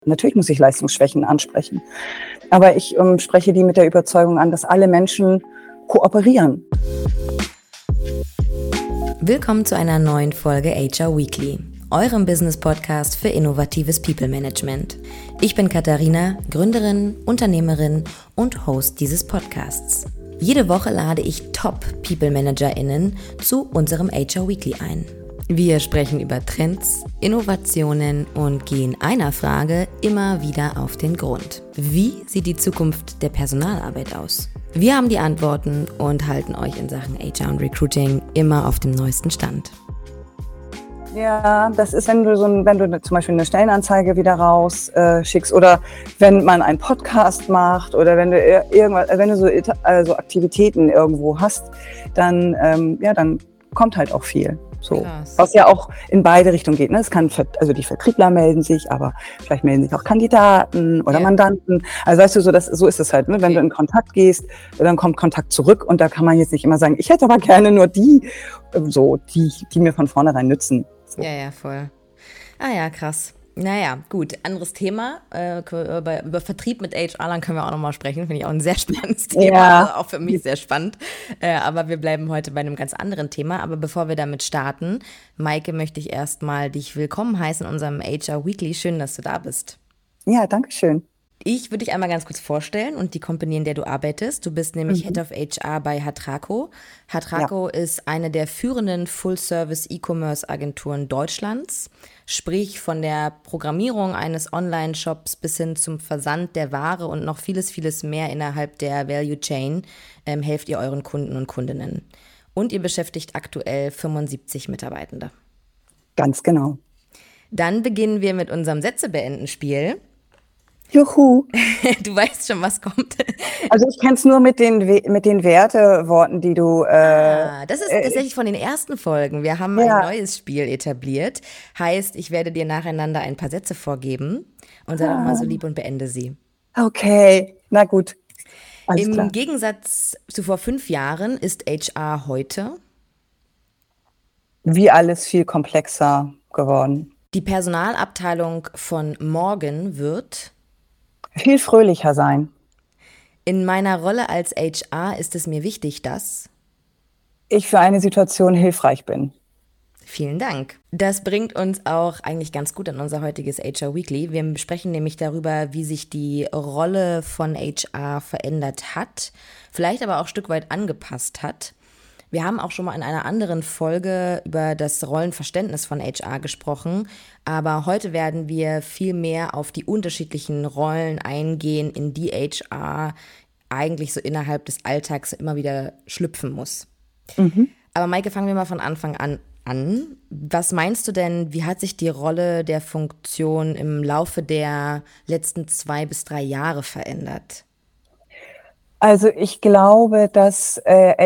Natürlich muss ich Leistungsschwächen ansprechen, aber ich spreche die mit der Überzeugung an, dass alle Menschen kooperieren. Willkommen zu einer neuen Folge HR Weekly, eurem Business-Podcast für innovatives People-Management. Ich bin Katharina, Gründerin, Unternehmerin und Host dieses Podcasts. Jede Woche lade ich Top-People-ManagerInnen zu unserem HR Weekly ein. Wir sprechen über Trends, Innovationen und gehen einer Frage immer wieder auf den Grund. Wie sieht die Zukunft der Personalarbeit aus? Wir haben die Antworten und halten euch in Sachen HR und Recruiting immer auf dem neuesten Stand. Ja, das ist, wenn du zum Beispiel eine Stellenanzeige wieder rausschickst oder wenn man einen Podcast macht oder wenn du so Aktivitäten irgendwo hast, dann kommt halt auch viel. So, was ja auch in beide Richtungen geht. Ne? Es kann, also die Vertriebler melden sich, aber vielleicht melden sich auch Kandidaten oder Mandanten. Also weißt du, so ist es halt. Ne? Wenn du in Kontakt gehst, dann kommt Kontakt zurück und da kann man jetzt nicht immer sagen, ich hätte aber gerne nur die mir von vornherein nützen. So. Ja, voll. Ah ja, krass. Naja, gut, anderes Thema. Über Vertrieb mit HR-Lern können wir auch nochmal sprechen. Finde ich auch ein sehr spannendes Thema, also auch für mich sehr spannend. Aber wir bleiben heute bei einem ganz anderen Thema. Aber bevor wir damit starten, Maike, möchte ich erstmal dich willkommen heißen in unserem HR Weekly. Schön, dass du da bist. Ja, danke schön. Ich würde dich einmal ganz kurz vorstellen und die Company, in der du arbeitest. Du bist nämlich Head of HR bei Hatraco. Hatraco ist eine der führenden Full-Service-E-Commerce-Agenturen Deutschlands. Sprich, von der Programmierung eines Online-Shops bis hin zum Versand der Ware und noch vieles, vieles mehr innerhalb der Value Chain helft ihr euren Kunden und Kundinnen. Und ihr beschäftigt aktuell 75 Mitarbeitende. Ganz genau. Dann beginnen wir mit unserem Sätze-beenden-Spiel. Juhu. Du weißt schon, was kommt. Also ich kenne es nur mit den Werteworten, die du... das ist tatsächlich von den ersten Folgen. Wir haben ein neues Spiel etabliert. Heißt, ich werde dir nacheinander ein paar Sätze vorgeben und sei doch mal so lieb und beende sie. Okay, na gut. Alles klar. Im Gegensatz zu vor 5 Jahren ist HR heute wie alles viel komplexer geworden. Die Personalabteilung von morgen wird viel fröhlicher sein. In meiner Rolle als HR ist es mir wichtig, dass ich für eine Situation hilfreich bin. Vielen Dank. Das bringt uns auch eigentlich ganz gut an unser heutiges HR Weekly. Wir sprechen nämlich darüber, wie sich die Rolle von HR verändert hat, vielleicht aber auch ein Stück weit angepasst hat. Wir haben auch schon mal in einer anderen Folge über das Rollenverständnis von HR gesprochen, aber heute werden wir viel mehr auf die unterschiedlichen Rollen eingehen, in die HR eigentlich so innerhalb des Alltags immer wieder schlüpfen muss. Aber Maike, fangen wir mal von Anfang an. Was meinst du denn, wie hat sich die Rolle der Funktion im Laufe der letzten 2 bis 3 Jahre verändert? Also ich glaube, dass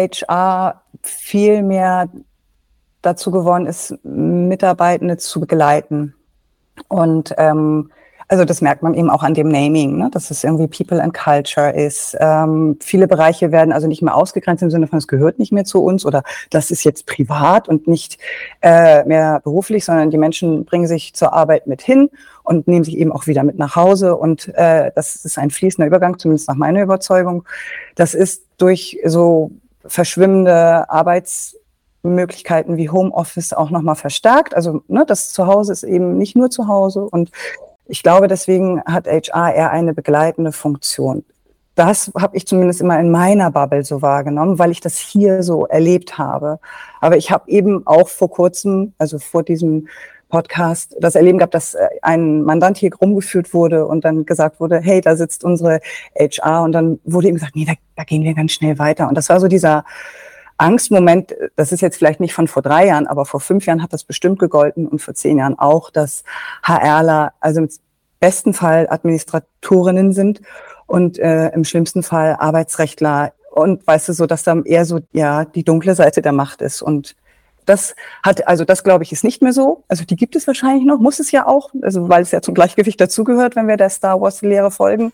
HR viel mehr dazu geworden ist, Mitarbeitende zu begleiten. Und also das merkt man eben auch an dem Naming, ne? Dass es irgendwie People and Culture ist. Viele Bereiche werden also nicht mehr ausgegrenzt im Sinne von, es gehört nicht mehr zu uns oder das ist jetzt privat und nicht mehr beruflich, sondern die Menschen bringen sich zur Arbeit mit hin und nehmen sich eben auch wieder mit nach Hause. Und das ist ein fließender Übergang, zumindest nach meiner Überzeugung. Das ist durch so verschwimmende Arbeitsmöglichkeiten wie Homeoffice auch nochmal verstärkt. Also das Zuhause ist eben nicht nur zu Hause. Und ich glaube, deswegen hat HR eher eine begleitende Funktion. Das habe ich zumindest immer in meiner Bubble so wahrgenommen, weil ich das hier so erlebt habe. Aber ich habe eben auch vor kurzem, also vor diesem Podcast, das Erleben gehabt, dass ein Mandant hier rumgeführt wurde und dann gesagt wurde, hey, da sitzt unsere HR. Und dann wurde ihm gesagt, nee, da gehen wir ganz schnell weiter. Und das war so dieser Angstmoment, das ist jetzt vielleicht nicht von vor 3 Jahren, aber vor 5 Jahren hat das bestimmt gegolten und vor 10 Jahren auch, dass HRler also im besten Fall Administratorinnen sind und im schlimmsten Fall Arbeitsrechtler und weißt du, so, dass dann eher so die dunkle Seite der Macht ist. Und das glaube ich, ist nicht mehr so. Also die gibt es wahrscheinlich noch, muss es ja auch, also weil es ja zum Gleichgewicht dazugehört, wenn wir der Star Wars-Lehre folgen.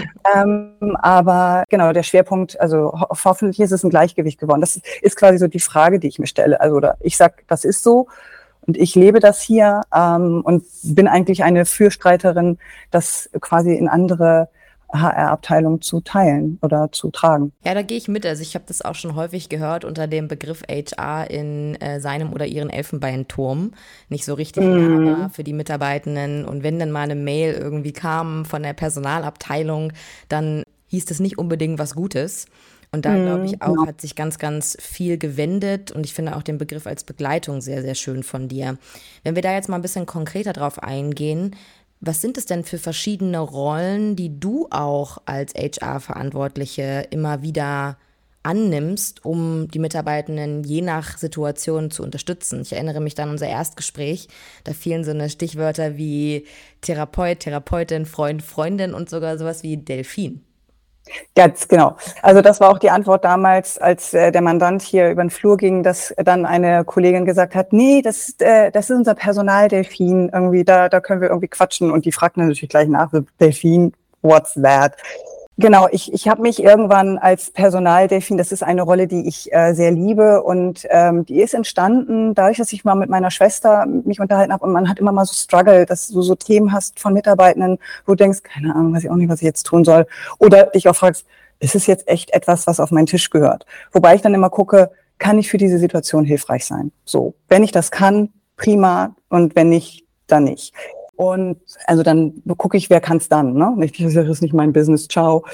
Aber genau, der Schwerpunkt, also hoffentlich ist es ein Gleichgewicht geworden. Das ist quasi so die Frage, die ich mir stelle. Also oder ich sag, das ist so. Und ich lebe das hier und bin eigentlich eine Fürstreiterin, das quasi in andere HR-Abteilungen zu teilen oder zu tragen. Ja, da gehe ich mit. Also ich habe das auch schon häufig gehört unter dem Begriff HR in seinem oder ihren Elfenbeinturm. Nicht so richtig nahbar für die Mitarbeitenden. Und wenn dann mal eine Mail irgendwie kam von der Personalabteilung, dann hieß das nicht unbedingt was Gutes. Und da glaube ich auch, Genau. hat sich ganz, ganz viel gewendet. Und ich finde auch den Begriff als Begleitung sehr, sehr schön von dir. Wenn wir da jetzt mal ein bisschen konkreter drauf eingehen, was sind es denn für verschiedene Rollen, die du auch als HR-Verantwortliche immer wieder annimmst, um die Mitarbeitenden je nach Situation zu unterstützen? Ich erinnere mich dann an unser Erstgespräch, da fielen so eine Stichwörter wie Therapeut, Therapeutin, Freund, Freundin und sogar sowas wie Delfin. Ganz genau. Also das war auch die Antwort damals, als der Mandant hier über den Flur ging, dass dann eine Kollegin gesagt hat, nee, das ist unser Personaldelfin, irgendwie, da können wir irgendwie quatschen. Und die fragten dann natürlich gleich nach, so, Delfin, what's that? Genau, ich habe mich irgendwann als Personaldelfin, das ist eine Rolle, die ich sehr liebe und die ist entstanden, dadurch, dass ich mal mit meiner Schwester mich unterhalten habe und man hat immer mal so Struggle, dass du so Themen hast von Mitarbeitenden, wo du denkst, keine Ahnung, weiß ich auch nicht, was ich jetzt tun soll. Oder dich auch fragst, ist es jetzt echt etwas, was auf meinen Tisch gehört? Wobei ich dann immer gucke, kann ich für diese Situation hilfreich sein? So, wenn ich das kann, prima, und wenn nicht, dann nicht. Und also dann gucke ich, wer kann es dann, ne? Das ist nicht mein Business, ciao.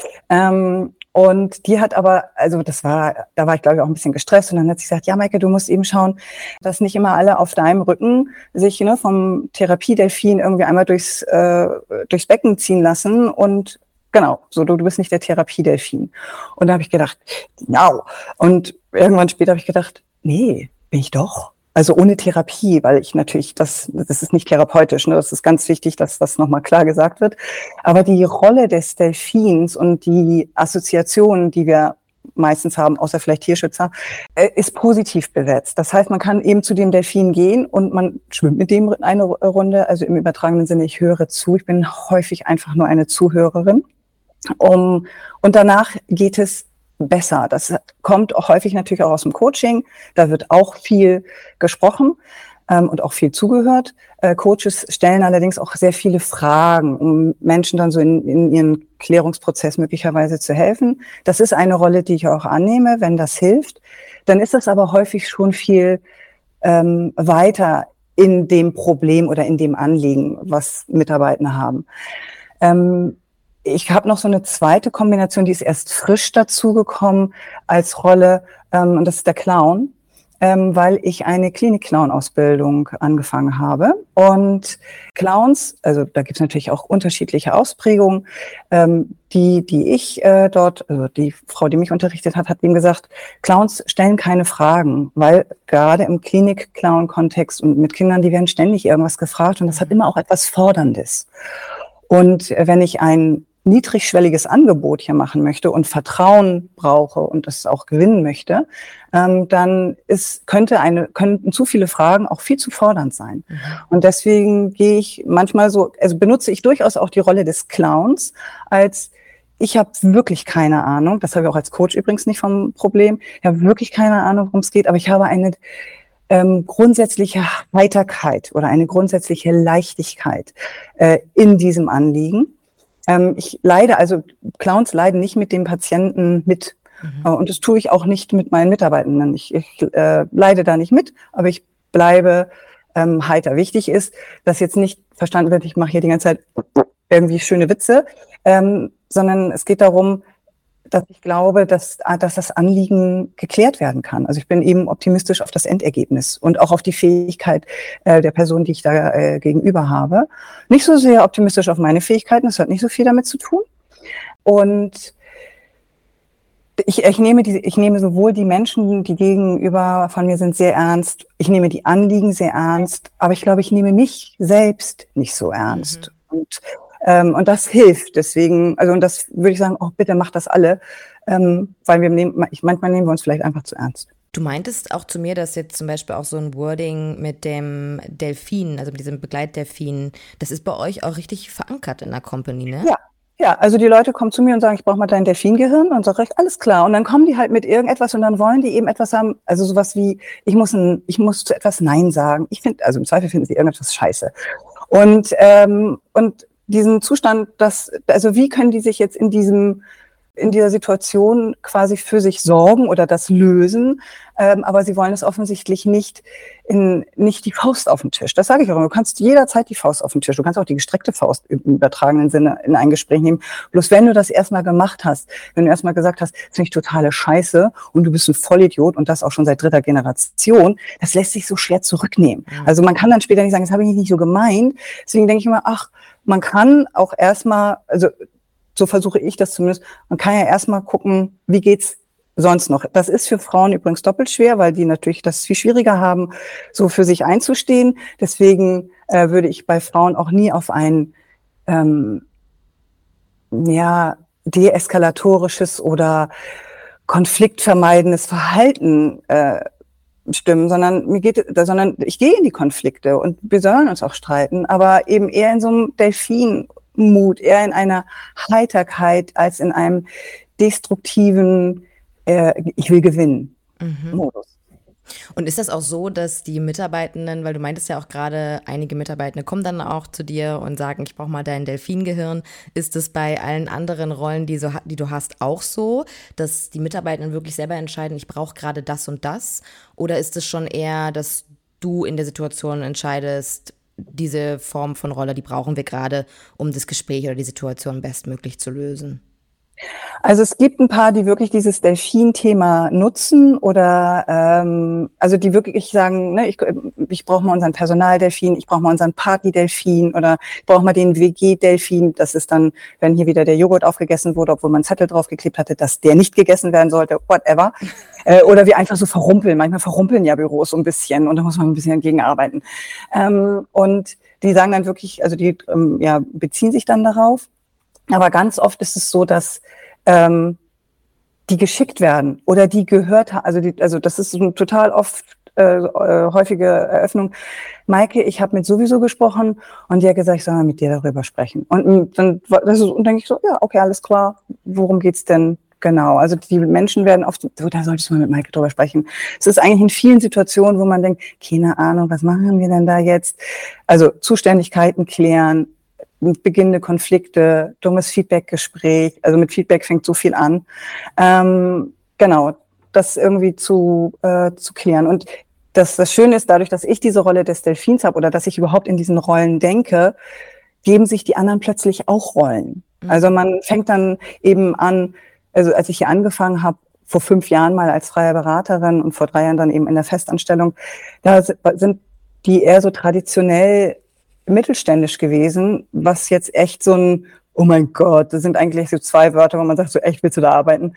Und die hat aber, also da war ich glaube ich auch ein bisschen gestresst und dann hat sie gesagt, ja Maike, du musst eben schauen, dass nicht immer alle auf deinem Rücken sich vom Therapiedelfin irgendwie einmal durchs Becken ziehen lassen und genau, so du bist nicht der Therapiedelfin. Und da habe ich gedacht, wow. Und irgendwann später habe ich gedacht, nee, bin ich doch. Also ohne Therapie, weil ich natürlich, das ist nicht therapeutisch, ne? Das ist ganz wichtig, dass das nochmal klar gesagt wird. Aber die Rolle des Delfins und die Assoziationen, die wir meistens haben, außer vielleicht Tierschützer, ist positiv besetzt. Das heißt, man kann eben zu dem Delfin gehen und man schwimmt mit dem eine Runde, also im übertragenen Sinne, ich höre zu. Ich bin häufig einfach nur eine Zuhörerin. Und danach geht es besser. Das kommt auch häufig natürlich auch aus dem Coaching. Da wird auch viel gesprochen und auch viel zugehört. Coaches stellen allerdings auch sehr viele Fragen, um Menschen dann so in ihren Klärungsprozess möglicherweise zu helfen. Das ist eine Rolle, die ich auch annehme, wenn das hilft. Dann ist das aber häufig schon viel weiter in dem Problem oder in dem Anliegen, was Mitarbeitende haben. Ich habe noch so eine zweite Kombination, die ist erst frisch dazugekommen als Rolle, und das ist der Clown, weil ich eine Klinik-Clown-Ausbildung angefangen habe. Und Clowns, also da gibt es natürlich auch unterschiedliche Ausprägungen, die ich dort, also die Frau, die mich unterrichtet hat, hat ihm gesagt, Clowns stellen keine Fragen, weil gerade im Klinik-Clown-Kontext und mit Kindern, die werden ständig irgendwas gefragt und das hat immer auch etwas Forderndes. Und wenn ich ein niedrigschwelliges Angebot hier machen möchte und Vertrauen brauche und das auch gewinnen möchte, dann könnten zu viele Fragen auch viel zu fordernd sein. Mhm. Und deswegen gehe ich manchmal so, also benutze ich durchaus auch die Rolle des Clowns als ich habe wirklich keine Ahnung, das habe ich auch als Coach übrigens nicht vom Problem, ich habe wirklich keine Ahnung, worum es geht, aber ich habe eine grundsätzliche Heiterkeit oder eine grundsätzliche Leichtigkeit in diesem Anliegen. Also Clowns leiden nicht mit dem Patienten mit. Und das tue ich auch nicht mit meinen Mitarbeitenden. Ich leide da nicht mit, aber ich bleibe heiter. Wichtig ist, dass jetzt nicht verstanden wird, ich mache hier die ganze Zeit irgendwie schöne Witze, sondern es geht darum, dass ich glaube, dass das Anliegen geklärt werden kann. Also ich bin eben optimistisch auf das Endergebnis und auch auf die Fähigkeit der Person, die ich da gegenüber habe. Nicht so sehr optimistisch auf meine Fähigkeiten, das hat nicht so viel damit zu tun. Und ich nehme sowohl die Menschen, die gegenüber von mir sind, sehr ernst. Ich nehme die Anliegen sehr ernst, aber ich glaube, ich nehme mich selbst nicht so ernst. Mhm. Und das hilft. Deswegen, also und das würde ich sagen, oh, bitte macht das alle, weil manchmal nehmen wir uns vielleicht einfach zu ernst. Du meintest auch zu mir, dass jetzt zum Beispiel auch so ein Wording mit dem Delfin, also mit diesem Begleitdelfin, das ist bei euch auch richtig verankert in der Company, ne? Ja, also die Leute kommen zu mir und sagen, ich brauche mal dein Delfingehirn. Und sage ich, alles klar. Und dann kommen die halt mit irgendetwas und dann wollen die eben etwas haben, also sowas wie, ich muss zu etwas Nein sagen. Ich finde, also im Zweifel finden sie irgendetwas scheiße. Und diesen Zustand, also wie können die sich jetzt in dieser Situation quasi für sich sorgen oder das lösen, aber sie wollen es offensichtlich nicht die Faust auf den Tisch. Das sage ich auch immer. Du kannst jederzeit die Faust auf den Tisch. Du kannst auch die gestreckte Faust im übertragenen Sinne in ein Gespräch nehmen. Bloß wenn du das erstmal gemacht hast, wenn du erstmal gesagt hast, das finde ich totale Scheiße und du bist ein Vollidiot und das auch schon seit 3. Generation, das lässt sich so schwer zurücknehmen. Also man kann dann später nicht sagen, das habe ich nicht so gemeint. Deswegen denke ich immer, man kann auch erstmal, also so versuche ich das zumindest. Man kann ja erstmal gucken, wie geht's sonst noch. Das ist für Frauen übrigens doppelt schwer, weil die natürlich das viel schwieriger haben, so für sich einzustehen. Deswegen würde ich bei Frauen auch nie auf ein deeskalatorisches oder konfliktvermeidendes Verhalten stimmen, sondern ich gehe in die Konflikte und wir sollen uns auch streiten, aber eben eher in so einem Delfin-Mut, eher in einer Heiterkeit als in einem destruktiven ich will gewinnen Modus. Und ist das auch so, dass die Mitarbeitenden, weil du meintest ja auch gerade, einige Mitarbeitende kommen dann auch zu dir und sagen, ich brauche mal dein Delfingehirn. Ist es bei allen anderen Rollen, die du hast, auch so, dass die Mitarbeitenden wirklich selber entscheiden, ich brauche gerade das und das? Oder ist es schon eher, dass du in der Situation entscheidest, diese Form von Rolle, die brauchen wir gerade, um das Gespräch oder die Situation bestmöglich zu lösen? Also es gibt ein paar, die wirklich dieses Delfin-Thema nutzen oder also die wirklich sagen, ne, ich brauche mal unseren Personaldelfin, ich brauche mal unseren Party-Delfin oder ich brauche mal den WG-Delfin. Das ist dann, wenn hier wieder der Joghurt aufgegessen wurde, obwohl man einen Zettel draufgeklebt hatte, dass der nicht gegessen werden sollte, whatever. Oder wir einfach so verrumpeln. Manchmal verrumpeln ja Büros so ein bisschen und da muss man ein bisschen gegenarbeiten. Und die sagen dann wirklich, also die beziehen sich dann darauf. Aber ganz oft ist es so, dass die geschickt werden oder die gehört haben. Also das ist eine total oft häufige Eröffnung. Maike, ich habe mit sowieso gesprochen und die hat gesagt, ich soll mal mit dir darüber sprechen. Und dann denke ich so, ja, okay, alles klar. Worum geht's denn? Genau, also die Menschen werden oft so, da solltest du mal mit Maike drüber sprechen. Es ist eigentlich in vielen Situationen, wo man denkt, keine Ahnung, was machen wir denn da jetzt? Also Zuständigkeiten klären, beginnende Konflikte, dummes Feedbackgespräch, also mit Feedback fängt so viel an. Genau, das irgendwie zu klären. Und das Schöne ist, dadurch, dass ich diese Rolle des Delfins habe oder dass ich überhaupt in diesen Rollen denke, geben sich die anderen plötzlich auch Rollen. Also man fängt dann eben an, also als ich hier angefangen habe, vor 5 Jahren mal als freie Beraterin und vor 3 Jahren dann eben in der Festanstellung, da sind die eher so traditionell mittelständisch gewesen, was jetzt echt so ein, oh mein Gott, das sind eigentlich so 2 Wörter, wo man sagt, so echt willst du da arbeiten.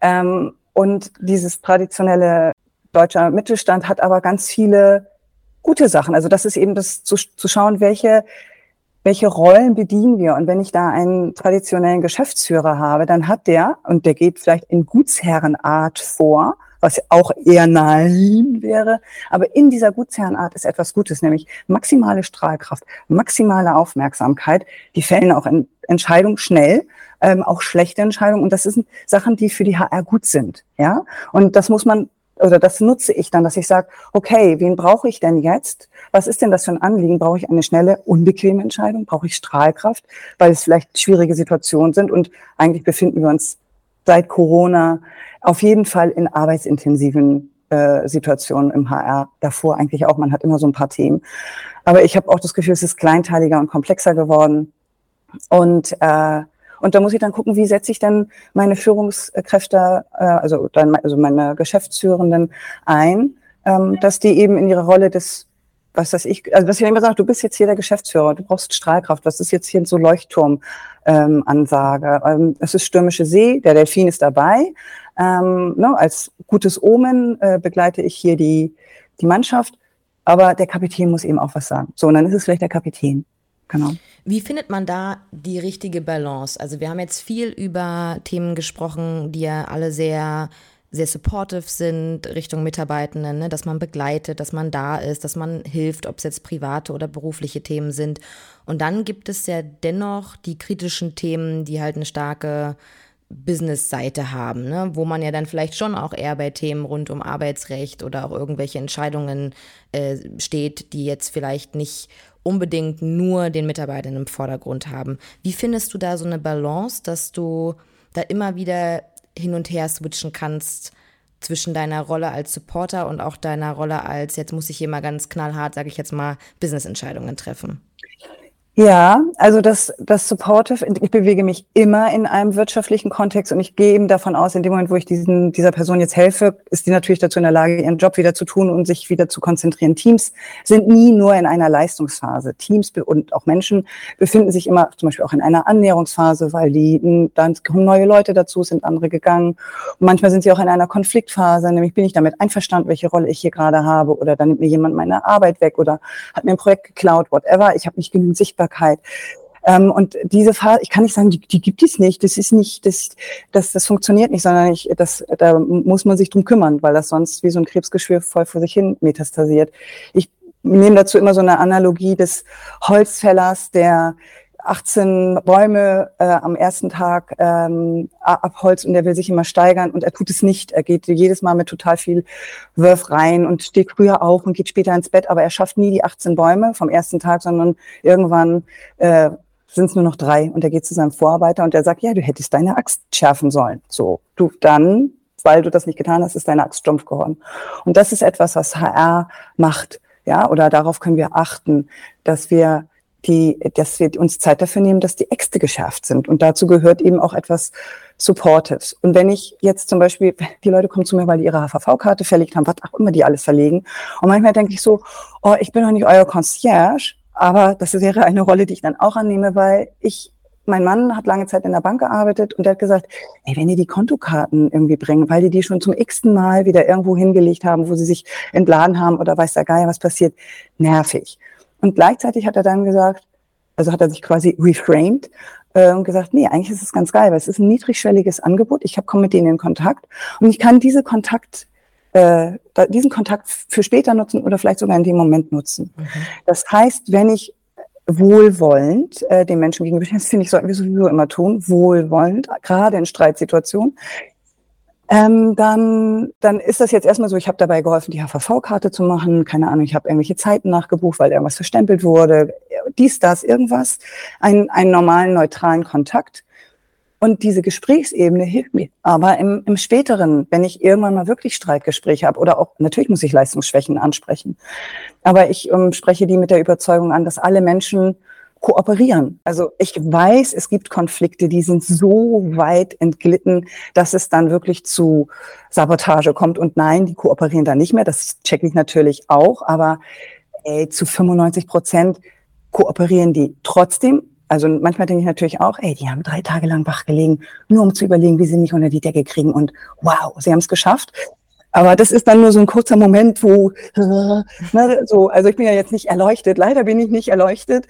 Und dieses traditionelle deutsche Mittelstand hat aber ganz viele gute Sachen. Also das ist eben das zu schauen, welche Rollen bedienen wir. Und wenn ich da einen traditionellen Geschäftsführer habe, dann hat der geht vielleicht in Gutsherrenart vor, was auch eher nein wäre. Aber in dieser Gutsherrenart ist etwas Gutes, nämlich maximale Strahlkraft, maximale Aufmerksamkeit. Die fällen auch Entscheidungen schnell, auch schlechte Entscheidungen. Und das sind Sachen, die für die HR gut sind. Ja, und das nutze ich dann, dass ich sage, okay, wen brauche ich denn jetzt? Was ist denn das für ein Anliegen? Brauche ich eine schnelle, unbequeme Entscheidung? Brauche ich Strahlkraft, weil es vielleicht schwierige Situationen sind? Und eigentlich befinden wir uns seit Corona auf jeden Fall in arbeitsintensiven Situationen im HR. Davor eigentlich auch, man hat immer so ein paar Themen. Aber ich habe auch das Gefühl, es ist kleinteiliger und komplexer geworden. Und da muss ich dann gucken, wie setze ich dann meine Führungskräfte, also meine Geschäftsführenden ein, dass die eben in ihrer Rolle dass ich immer sage, du bist jetzt hier der Geschäftsführer, du brauchst Strahlkraft, was ist jetzt hier so Leuchtturm-Ansage? Es ist stürmische See, der Delfin ist dabei. Als gutes Omen begleite ich hier die Mannschaft, aber der Kapitän muss eben auch was sagen. So, und dann ist es vielleicht der Kapitän. Genau. Wie findet man da die richtige Balance? Also wir haben jetzt viel über Themen gesprochen, die ja alle sehr sehr supportive sind Richtung Mitarbeitenden, ne? Dass man begleitet, dass man da ist, dass man hilft, ob es jetzt private oder berufliche Themen sind. Und dann gibt es ja dennoch die kritischen Themen, die halt eine starke Business-Seite haben, ne? Wo man ja dann vielleicht schon auch eher bei Themen rund um Arbeitsrecht oder auch irgendwelche Entscheidungen steht, die jetzt vielleicht nicht unbedingt nur den Mitarbeitern im Vordergrund haben. Wie findest du da so eine Balance, dass du da immer wieder hin und her switchen kannst zwischen deiner Rolle als Supporter und auch deiner Rolle als, jetzt muss ich hier mal ganz knallhart, sage ich jetzt mal, Business-Entscheidungen treffen? Ja, also das Supportive, ich bewege mich immer in einem wirtschaftlichen Kontext und ich gehe eben davon aus, in dem Moment, wo ich dieser Person jetzt helfe, ist die natürlich dazu in der Lage, ihren Job wieder zu tun und sich wieder zu konzentrieren. Teams sind nie nur in einer Leistungsphase. Teams und auch Menschen befinden sich immer zum Beispiel auch in einer Annäherungsphase, weil dann kommen neue Leute dazu, sind andere gegangen. Und manchmal sind sie auch in einer Konfliktphase, nämlich bin ich damit einverstanden, welche Rolle ich hier gerade habe, oder dann nimmt mir jemand meine Arbeit weg oder hat mir ein Projekt geklaut, whatever. Ich habe nicht genügend Sichtbarkeit. Und diese Phase, ich kann nicht sagen, die gibt es nicht. Das ist nicht, das funktioniert nicht, sondern da muss man sich drum kümmern, weil das sonst wie so ein Krebsgeschwür voll vor sich hin metastasiert. Ich nehme dazu immer so eine Analogie des Holzfällers, der 18 Bäume am ersten Tag abholzt und der will sich immer steigern und er tut es nicht. Er geht jedes Mal mit total viel Wurf rein und steht früher auf und geht später ins Bett, aber er schafft nie die 18 Bäume vom ersten Tag, sondern irgendwann sind es nur noch 3 und er geht zu seinem Vorarbeiter und der sagt, ja, du hättest deine Axt schärfen sollen. So, du dann, weil du das nicht getan hast, ist deine Axt stumpf geworden. Und das ist etwas, was HR macht, ja, oder darauf können wir achten, dass wir uns Zeit dafür nehmen, dass die Äxte geschärft sind. Und dazu gehört eben auch etwas Supportives. Und wenn ich jetzt zum Beispiel, die Leute kommen zu mir, weil die ihre HVV-Karte verlegt haben, was auch immer die alles verlegen. Und manchmal denke ich so, oh, ich bin doch nicht euer Concierge, aber das wäre eine Rolle, die ich dann auch annehme, weil mein Mann hat lange Zeit in der Bank gearbeitet und der hat gesagt, ey, wenn die die Kontokarten irgendwie bringen, weil die schon zum x-ten Mal wieder irgendwo hingelegt haben, wo sie sich entladen haben oder weiß der Geier, was passiert, nervig. Und gleichzeitig hat er dann gesagt, also hat er sich quasi reframed und gesagt, nee, eigentlich ist es ganz geil, weil es ist ein niedrigschwelliges Angebot. Ich komme mit denen in Kontakt und ich kann diesen Kontakt für später nutzen oder vielleicht sogar in dem Moment nutzen. Mhm. Das heißt, wenn ich wohlwollend den Menschen gegenüber, das finde ich, sollten wir sowieso immer tun, wohlwollend, gerade in Streitsituationen, dann ist das jetzt erstmal so, ich habe dabei geholfen, die HVV-Karte zu machen, keine Ahnung, ich habe irgendwelche Zeiten nachgebucht, weil irgendwas verstempelt wurde, irgendwas, einen normalen, neutralen Kontakt. Und diese Gesprächsebene hilft mir. Aber im Späteren, wenn ich irgendwann mal wirklich Streitgespräche habe oder auch, natürlich muss ich Leistungsschwächen ansprechen, aber ich spreche die mit der Überzeugung an, dass alle Menschen kooperieren. Also ich weiß, es gibt Konflikte, die sind so weit entglitten, dass es dann wirklich zu Sabotage kommt. Und nein, die kooperieren da nicht mehr. Das checke ich natürlich auch. Aber zu 95% kooperieren die trotzdem. Also manchmal denke ich natürlich auch, die haben 3 Tage lang wach gelegen, nur um zu überlegen, wie sie mich unter die Decke kriegen. Und wow, sie haben es geschafft. Aber das ist dann nur so ein kurzer Moment, wo, also ich bin ja jetzt nicht erleuchtet, leider bin ich nicht erleuchtet.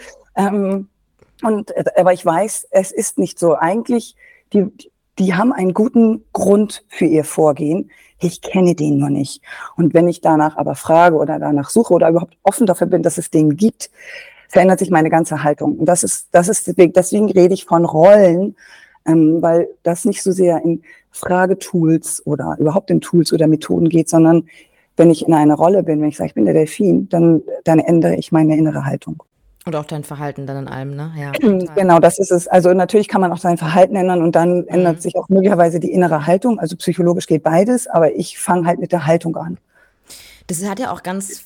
Aber ich weiß, es ist nicht so. Eigentlich, die haben einen guten Grund für ihr Vorgehen. Ich kenne den nur nicht. Und wenn ich danach aber frage oder danach suche oder überhaupt offen dafür bin, dass es den gibt, verändert sich meine ganze Haltung. Und deswegen rede ich von Rollen, weil das nicht so sehr in Fragetools oder überhaupt in Tools oder Methoden geht, sondern wenn ich in einer Rolle bin, wenn ich sage, ich bin der Delfin, dann ändere ich meine innere Haltung. Und auch dein Verhalten dann in allem, ne? Ja, total. Genau, das ist es. Also natürlich kann man auch sein Verhalten ändern und dann ändert sich auch möglicherweise die innere Haltung. Also psychologisch geht beides, aber ich fange halt mit der Haltung an. Das hat ja auch ganz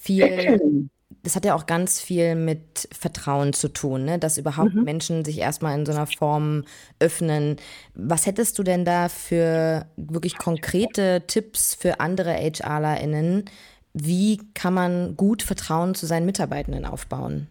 viel mit Vertrauen zu tun, ne? Dass überhaupt Menschen sich erstmal in so einer Form öffnen. Was hättest du denn da für wirklich konkrete Tipps für andere HRlerInnen? Wie kann man gut Vertrauen zu seinen Mitarbeitenden aufbauen?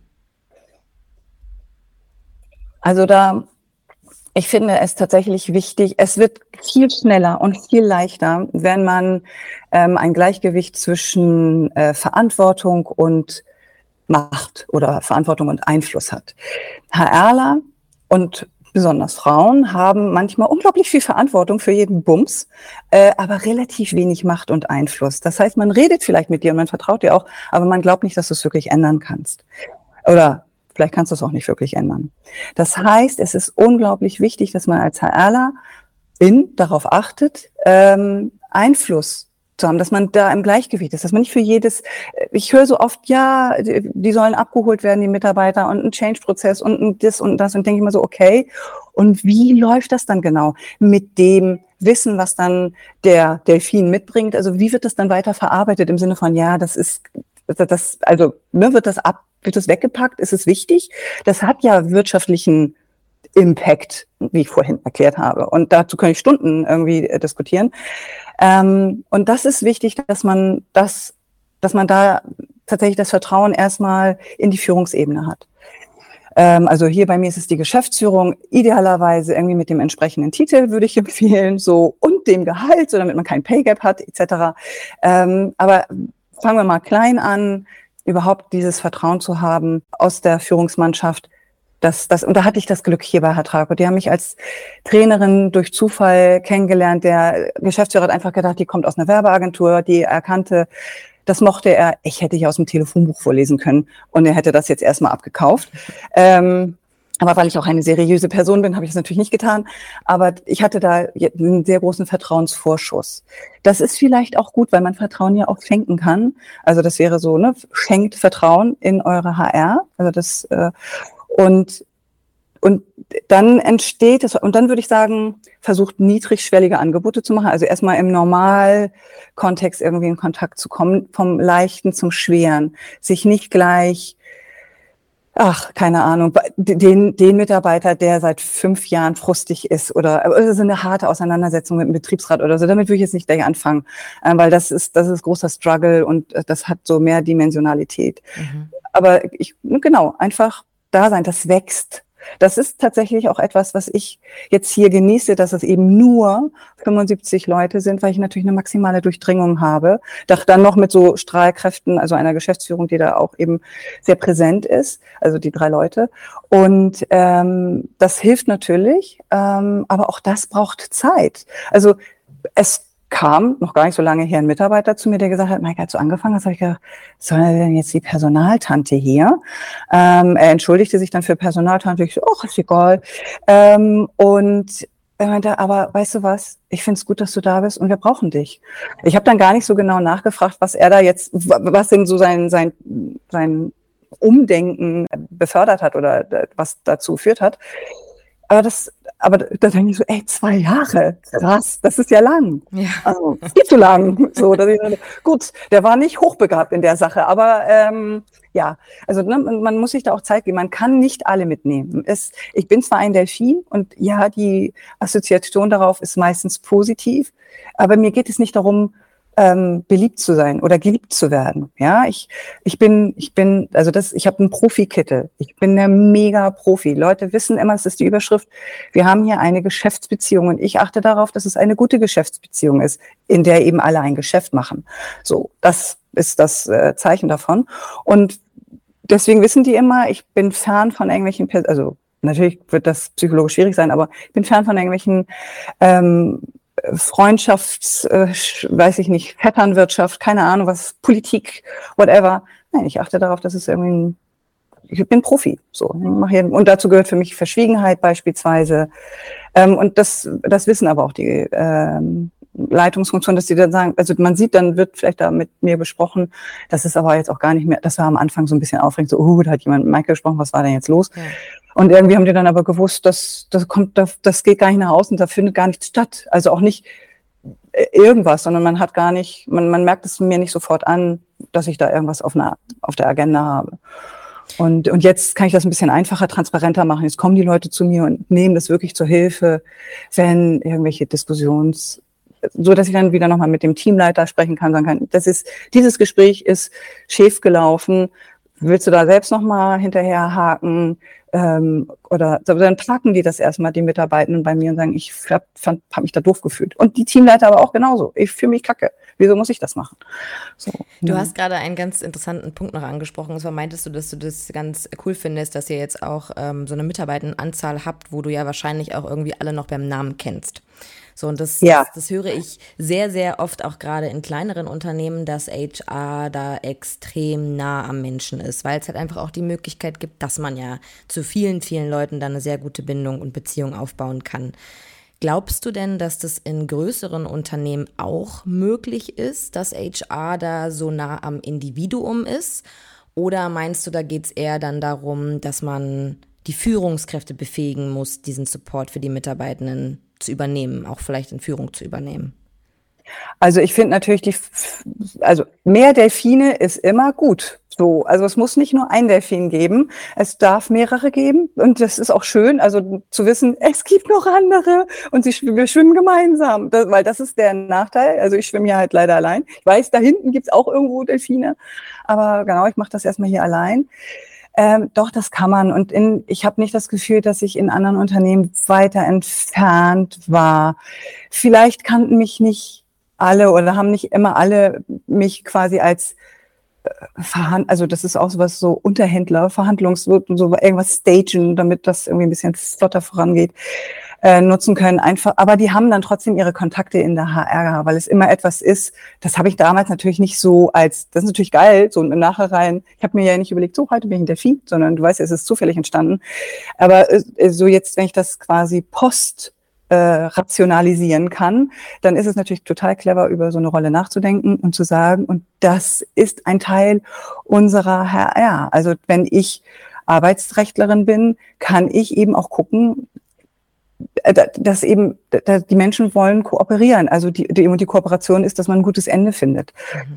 Also ich finde es tatsächlich wichtig, es wird viel schneller und viel leichter, wenn man ein Gleichgewicht zwischen Verantwortung und Macht oder Verantwortung und Einfluss hat. HRler und besonders Frauen, haben manchmal unglaublich viel Verantwortung für jeden Bums, aber relativ wenig Macht und Einfluss. Das heißt, man redet vielleicht mit dir und man vertraut dir auch, aber man glaubt nicht, dass du es wirklich ändern kannst. Oder vielleicht kannst du es auch nicht wirklich ändern. Das heißt, es ist unglaublich wichtig, dass man als HRlerin darauf achtet, Einfluss zu haben, dass man da im Gleichgewicht ist, dass man nicht für jedes, ich höre so oft, ja, die sollen abgeholt werden, die Mitarbeiter, und ein Change-Prozess und das und das, und denke ich mir so, okay, und wie läuft das dann genau mit dem Wissen, was dann der Delfin mitbringt? Also wie wird das dann weiter verarbeitet im Sinne von, ja, das ist, das, also ne, wird das weggepackt? Ist es wichtig? Das hat ja wirtschaftlichen Impact, wie ich vorhin erklärt habe. Und dazu kann ich Stunden irgendwie diskutieren. Und das ist wichtig, dass man da tatsächlich das Vertrauen erstmal in die Führungsebene hat. Also hier bei mir ist es die Geschäftsführung, idealerweise irgendwie mit dem entsprechenden Titel würde ich empfehlen, so, und dem Gehalt, so damit man kein Pay Gap hat, etc. Aber fangen wir mal klein an, überhaupt dieses Vertrauen zu haben aus der Führungsmannschaft. Und da hatte ich das Glück hier bei Hatraco. Die haben mich als Trainerin durch Zufall kennengelernt. Der Geschäftsführer hat einfach gedacht, die kommt aus einer Werbeagentur, die erkannte, das mochte er. Ich hätte hier aus dem Telefonbuch vorlesen können und er hätte das jetzt erstmal abgekauft. Aber weil ich auch eine seriöse Person bin, habe ich es natürlich nicht getan. Aber ich hatte da einen sehr großen Vertrauensvorschuss. Das ist vielleicht auch gut, weil man Vertrauen ja auch schenken kann. Also das wäre so, ne, schenkt Vertrauen in eure HR. Also das und dann entsteht es, und dann würde ich sagen, versucht niedrigschwellige Angebote zu machen. Also erstmal im Normalkontext irgendwie in Kontakt zu kommen, vom Leichten zum Schweren. Sich nicht gleich, keine Ahnung, den Mitarbeiter, der seit 5 Jahren frustig ist oder so eine harte Auseinandersetzung mit dem Betriebsrat oder so, damit würde ich jetzt nicht gleich anfangen, weil das ist großer Struggle und das hat so mehr Dimensionalität. Aber genau, einfach da sein, das wächst. Das ist tatsächlich auch etwas, was ich jetzt hier genieße, dass es eben nur 75 Leute sind, weil ich natürlich eine maximale Durchdringung habe. Dann noch mit so Strahlkräften, also einer Geschäftsführung, die da auch eben sehr präsent ist, also die 3 Leute. Und das hilft natürlich, aber auch das braucht Zeit. Also es kam noch gar nicht so lange her ein Mitarbeiter zu mir, der gesagt hat, Maike, als du angefangen hast, habe ich gedacht, soll denn jetzt die Personaltante hier? Er entschuldigte sich dann für Personaltante. Ich so, ist egal. Und er meinte, aber weißt du was? Ich finde es gut, dass du da bist und wir brauchen dich. Ich habe dann gar nicht so genau nachgefragt, was er da jetzt, was denn so sein Umdenken befördert hat oder was dazu geführt hat. Aber da denke ich so, 2 Jahre, krass, das ist ja lang. Ja. Also, viel zu lang. So, gut, der war nicht hochbegabt in der Sache, aber ja, also ne, man muss sich da auch Zeit geben. Man kann nicht alle mitnehmen. Ich bin zwar ein Delfin und ja, die Assoziation darauf ist meistens positiv, aber mir geht es nicht darum, beliebt zu sein oder geliebt zu werden. Ja, ich habe einen Profikittel. Ich bin der Mega-Profi. Leute wissen immer, es ist die Überschrift. Wir haben hier eine Geschäftsbeziehung und ich achte darauf, dass es eine gute Geschäftsbeziehung ist, in der eben alle ein Geschäft machen. So, das ist das Zeichen davon. Und deswegen wissen die immer, ich bin fern von irgendwelchen, also natürlich wird das psychologisch schwierig sein, aber ich bin fern von irgendwelchen weiß ich nicht, Vetternwirtschaft, keine Ahnung, was, Politik, whatever. Nein, ich achte darauf, dass es irgendwie, ich bin Profi, so. Und dazu gehört für mich Verschwiegenheit beispielsweise. Und das wissen aber auch die Leitungsfunktion, dass die dann sagen, also man sieht, dann wird vielleicht da mit mir besprochen, das ist aber jetzt auch gar nicht mehr, das war am Anfang so ein bisschen aufregend, so, da hat jemand mit Mike gesprochen, was war denn jetzt los? Ja. Und irgendwie haben die dann aber gewusst, das geht gar nicht nach außen, da findet gar nichts statt. Also auch nicht irgendwas, sondern man merkt es mir nicht sofort an, dass ich da irgendwas auf der Agenda habe. Und jetzt kann ich das ein bisschen einfacher, transparenter machen. Jetzt kommen die Leute zu mir und nehmen das wirklich zur Hilfe, wenn irgendwelche so dass ich dann wieder nochmal mit dem Teamleiter sprechen kann, sagen kann, dieses Gespräch ist schief gelaufen. Willst du da selbst nochmal hinterher haken? oder so, dann parken die das erstmal, die Mitarbeitenden bei mir und sagen, ich hab mich da doof gefühlt. Und die Teamleiter aber auch genauso. Ich fühle mich kacke. Wieso muss ich das machen? So, Du hast gerade einen ganz interessanten Punkt noch angesprochen. Und zwar meintest du, dass du das ganz cool findest, dass ihr jetzt auch so eine Mitarbeitendenanzahl habt, wo du ja wahrscheinlich auch irgendwie alle noch beim Namen kennst. So, und ja. das höre ich sehr, sehr oft auch gerade in kleineren Unternehmen, dass HR da extrem nah am Menschen ist, weil es halt einfach auch die Möglichkeit gibt, dass man ja zu vielen, vielen Leuten dann eine sehr gute Bindung und Beziehung aufbauen kann. Glaubst du denn, dass das in größeren Unternehmen auch möglich ist, dass HR da so nah am Individuum ist? Oder meinst du, da geht es eher dann darum, dass man die Führungskräfte befähigen muss, diesen Support für die Mitarbeitenden zu übernehmen, auch vielleicht in Führung zu übernehmen? Also ich finde natürlich also mehr Delfine ist immer gut. So, also es muss nicht nur ein Delfin geben, es darf mehrere geben und das ist auch schön, also zu wissen, es gibt noch andere und wir schwimmen gemeinsam, weil das ist der Nachteil. Also ich schwimme ja halt leider allein. Ich weiß, da hinten gibt's auch irgendwo Delfine, aber genau, ich mache das erstmal hier allein. Doch, das kann man. Und ich habe nicht das Gefühl, dass ich in anderen Unternehmen weiter entfernt war. Vielleicht kannten mich nicht alle oder haben nicht immer alle mich quasi als also das ist auch sowas so Unterhändler, so irgendwas stagen, damit das irgendwie ein bisschen flotter vorangeht, nutzen können. Einfach, aber die haben dann trotzdem ihre Kontakte in der HR, weil es immer etwas ist, das habe ich damals natürlich nicht so als, das ist natürlich geil, so im Nachhinein, ich habe mir ja nicht überlegt, so heute bin ich ein Delfin, sondern du weißt, es ist zufällig entstanden. Aber so jetzt, wenn ich das quasi rationalisieren kann, dann ist es natürlich total clever, über so eine Rolle nachzudenken und zu sagen, und das ist ein Teil unserer HR. Also wenn ich Arbeitsrechtlerin bin, kann ich eben auch gucken, dass eben die Menschen wollen kooperieren. Also die Kooperation ist, dass man ein gutes Ende findet.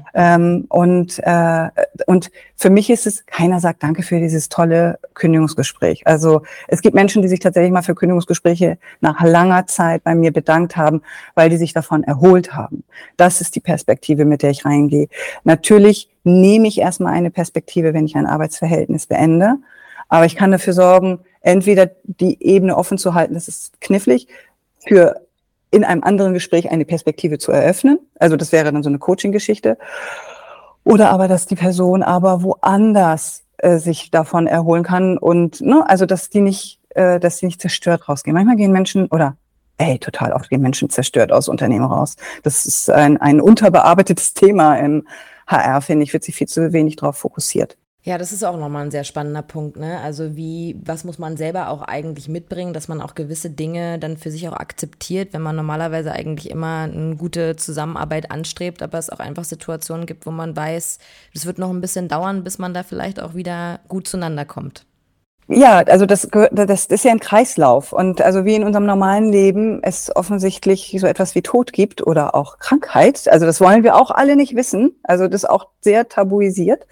Und für mich ist es, keiner sagt Danke für dieses tolle Kündigungsgespräch. Also es gibt Menschen, die sich tatsächlich mal für Kündigungsgespräche nach langer Zeit bei mir bedankt haben, weil die sich davon erholt haben. Das ist die Perspektive, mit der ich reingehe. Natürlich nehme ich erstmal eine Perspektive, wenn ich ein Arbeitsverhältnis beende. Aber ich kann dafür sorgen, entweder die Ebene offen zu halten, das ist knifflig, für in einem anderen Gespräch eine Perspektive zu eröffnen. Also das wäre dann so eine Coaching-Geschichte. Oder aber, dass die Person aber woanders sich davon erholen kann und also dass die nicht zerstört rausgehen. Manchmal gehen Menschen total oft gehen Menschen zerstört aus Unternehmen raus. Das ist ein unterbearbeitetes Thema im HR, finde ich, wird sich viel zu wenig darauf fokussiert. Ja, das ist auch nochmal ein sehr spannender Punkt, ne? Also was muss man selber auch eigentlich mitbringen, dass man auch gewisse Dinge dann für sich auch akzeptiert, wenn man normalerweise eigentlich immer eine gute Zusammenarbeit anstrebt, aber es auch einfach Situationen gibt, wo man weiß, das wird noch ein bisschen dauern, bis man da vielleicht auch wieder gut zueinander kommt. Ja, also das ist ja ein Kreislauf. Und also wie in unserem normalen Leben es offensichtlich so etwas wie Tod gibt oder auch Krankheit. Also das wollen wir auch alle nicht wissen. Also das ist auch sehr tabuisiert.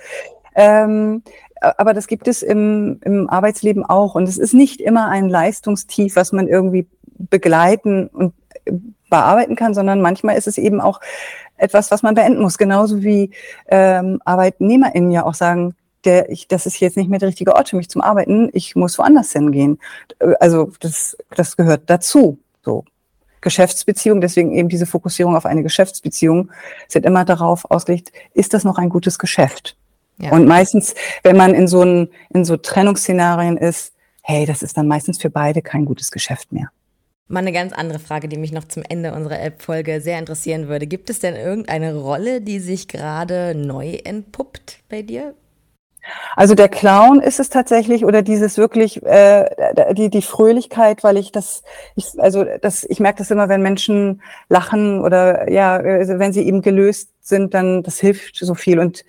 Aber das gibt es im Arbeitsleben auch. Und es ist nicht immer ein Leistungstief, was man irgendwie begleiten und bearbeiten kann, sondern manchmal ist es eben auch etwas, was man beenden muss. Genauso wie ArbeitnehmerInnen ja auch sagen, das ist jetzt nicht mehr der richtige Ort für mich zum Arbeiten, ich muss woanders hingehen. Also das gehört dazu. So. Geschäftsbeziehung, deswegen eben diese Fokussierung auf eine Geschäftsbeziehung, sind immer darauf ausgelegt, ist das noch ein gutes Geschäft? Ja. Und meistens, wenn man in so Trennungsszenarien ist, hey, das ist dann meistens für beide kein gutes Geschäft mehr. Mal eine ganz andere Frage, die mich noch zum Ende unserer App-Folge sehr interessieren würde. Gibt es denn irgendeine Rolle, die sich gerade neu entpuppt bei dir? Also der Clown ist es tatsächlich oder dieses wirklich die Fröhlichkeit, weil ich merke das immer, wenn Menschen lachen oder wenn sie eben gelöst sind, dann das hilft so viel und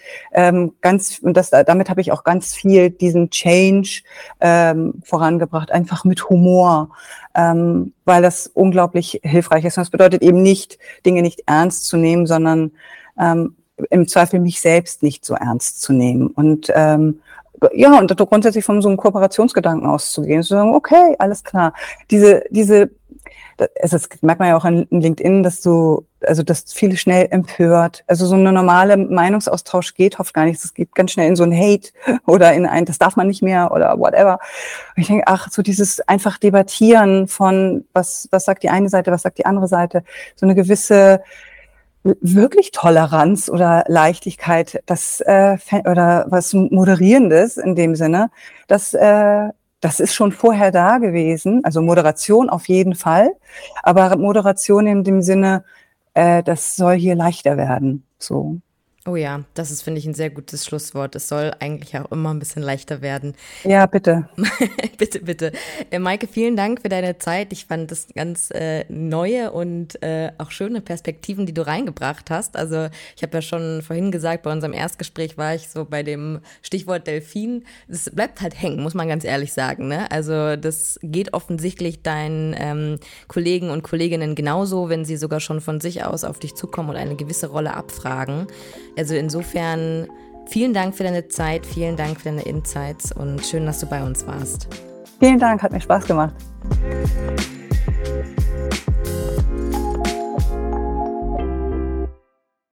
damit habe ich auch ganz viel diesen Change vorangebracht, einfach mit Humor, weil das unglaublich hilfreich ist. Und das bedeutet eben nicht, Dinge nicht ernst zu nehmen, sondern im Zweifel mich selbst nicht so ernst zu nehmen und und grundsätzlich von so einem Kooperationsgedanken auszugehen, zu sagen, okay, alles klar. Das das merkt man ja auch an LinkedIn, dass viele schnell empört. Also so eine normale Meinungsaustausch geht oft gar nicht. Es geht ganz schnell in so ein Hate oder in ein, das darf man nicht mehr oder whatever. Und ich denke, so dieses einfach Debattieren von, was sagt die eine Seite, was sagt die andere Seite, so eine gewisse wirklich Toleranz oder Leichtigkeit, oder was Moderierendes in dem Sinne, das ist schon vorher da gewesen, also Moderation auf jeden Fall, aber Moderation in dem Sinne, das soll hier leichter werden, so. Oh ja, das ist, finde ich, ein sehr gutes Schlusswort. Es soll eigentlich auch immer ein bisschen leichter werden. Ja, bitte. Bitte, bitte. Maike, vielen Dank für deine Zeit. Ich fand das ganz neue und auch schöne Perspektiven, die du reingebracht hast. Also ich habe ja schon vorhin gesagt, bei unserem Erstgespräch war ich so bei dem Stichwort Delfin. Das bleibt halt hängen, muss man ganz ehrlich sagen, ne? Also das geht offensichtlich deinen Kollegen und Kolleginnen genauso, wenn sie sogar schon von sich aus auf dich zukommen und eine gewisse Rolle abfragen. Also insofern vielen Dank für deine Zeit, vielen Dank für deine Insights und schön, dass du bei uns warst. Vielen Dank, hat mir Spaß gemacht.